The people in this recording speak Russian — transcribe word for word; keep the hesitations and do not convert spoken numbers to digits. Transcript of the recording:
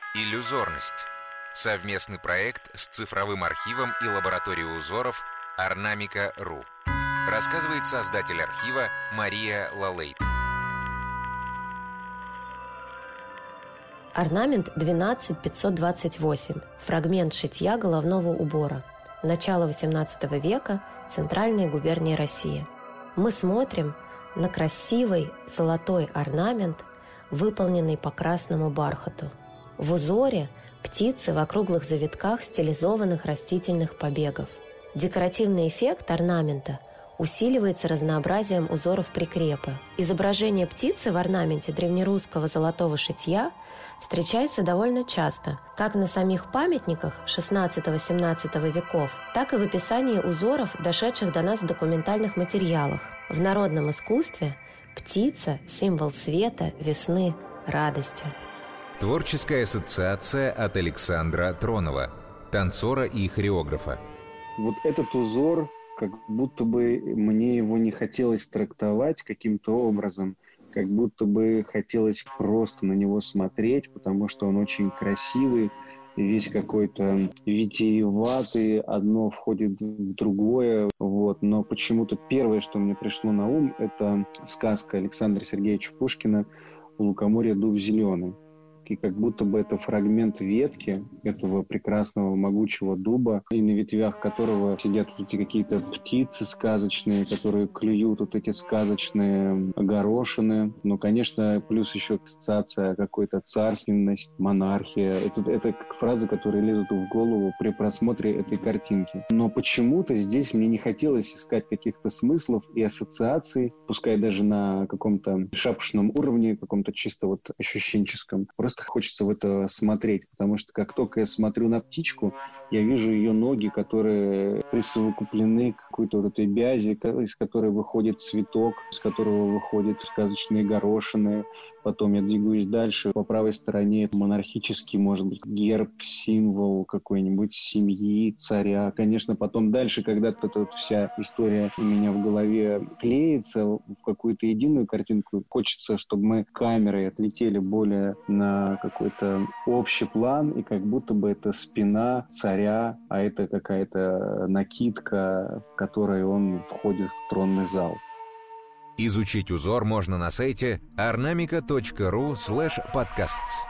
Иллюзорность. Совместный проект с цифровым архивом и лабораторией узоров Орнамика точка ру. Рассказывает создатель архива Мария Лалейт. Орнамент двенадцать пятьсот двадцать восемь. Фрагмент шитья головного убора. Начало восемнадцатого века. Центральная губерния России. Мы смотрим на красивый золотой орнамент, выполненный по красному бархату. В узоре птицы в округлых завитках стилизованных растительных побегов. Декоративный эффект орнамента усиливается разнообразием узоров прикрепа. Изображение птицы в орнаменте древнерусского золотого шитья встречается довольно часто, как на самих памятниках шестнадцатого-семнадцатого веков, так и в описании узоров, дошедших до нас в документальных материалах. В народном искусстве птица – символ света, весны, радости. Творческая ассоциация от Александра Тронова, танцора и хореографа. Вот этот узор, как будто бы мне его не хотелось трактовать каким-то образом, как будто бы хотелось просто на него смотреть, потому что он очень красивый, весь какой-то витиеватый, одно входит в другое. Вот. Но почему-то первое, что мне пришло на ум, это сказка Александра Сергеевича Пушкина «У лукоморья дуб зеленый». И как будто бы это фрагмент ветки этого прекрасного могучего дуба, и на ветвях которого сидят вот эти какие-то птицы сказочные, которые клюют вот эти сказочные горошины. Ну, конечно, плюс еще ассоциация какой-то царственность, монархия. Это, это как фразы, которые лезут в голову при просмотре этой картинки. Но почему-то здесь мне не хотелось искать каких-то смыслов и ассоциаций, пускай даже на каком-то шапошном уровне, каком-то чисто вот ощущенческом. Просто хочется в это смотреть, потому что как только я смотрю на птичку, я вижу ее ноги, которые присовокуплены к какой-то вот этой бязи, из которой выходит цветок, из которого выходят сказочные горошины. Потом я двигаюсь дальше. По правой стороне монархический, может быть, герб, символ какой-нибудь семьи, царя. Конечно, потом дальше, когда эта вот вся история у меня в голове клеится в какую-то единую картинку, хочется, чтобы мы камерой отлетели более на какой-то общий план, и как будто бы это спина царя, а это какая-то накидка, в которой он входит в тронный зал. Изучить узор можно на сайте орнамика точка ру слэш подкастс.